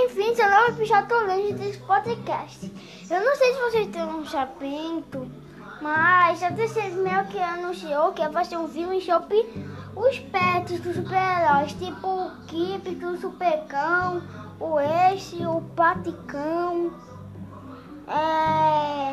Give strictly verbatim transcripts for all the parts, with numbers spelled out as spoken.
Enfim, seu nome é Pichatolândia desse podcast. Eu não sei se vocês têm um chapinto, mas a T C meio que anunciou que vai ser um filme sobre os pets dos super-heróis, tipo o Kip, o Supercão, o Ace, o Paticão, é...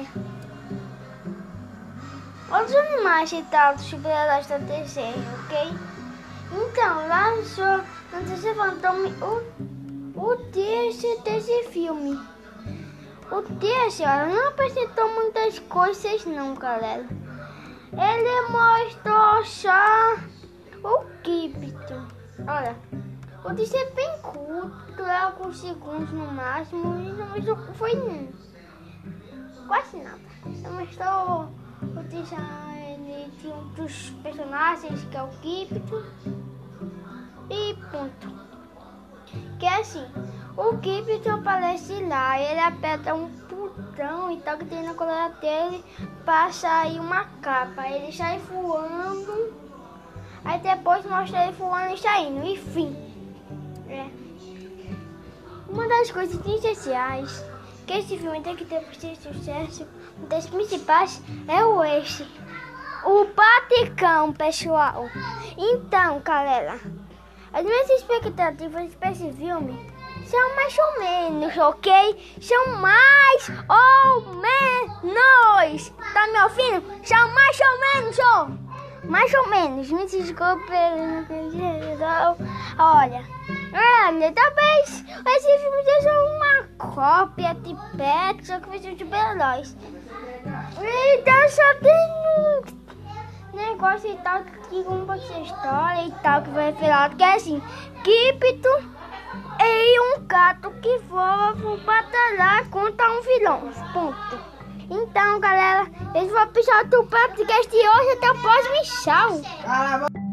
outros animais e tal dos super-heróis da D C, ok? Então, lançou na T C Fantôme o, o texto desse filme. O texto, olha, não apresentou muitas coisas não, galera. Ele mostrou só o Kipto. Olha, o texto é bem curto, é alguns segundos no máximo, e não mostrou, foi quase nada. Só mostrou o texto, ele tinha um dos personagens, que é o Kipto, e ponto. Que é assim, o Kipto aparece lá, ele aperta um botão e tal que tem na coleira dele para sair uma capa. Ele sai voando, aí depois mostra ele voando e saindo, enfim. É. Uma das coisas essenciais que esse filme tem que ter para ter sucesso, uma das principais é o Ace, o Paticão, pessoal. Então, galera, as minhas expectativas para esse filme são mais ou menos, ok? São mais ou menos. Tá me ouvindo? São mais ou menos, ó. Mais ou menos. Me desculpe, não entendi. Olha, olha, talvez esse filme seja uma cópia de Pet, só que vai ser de super-heróis. Então só tem negócio e tal que conta essa história e tal que vai revelar, que é assim, Kipto e um gato que voa vão batalhar contra um vilão, ponto. Então, galera, esse foi o episódio do podcast de hoje, até o próximo, tchau.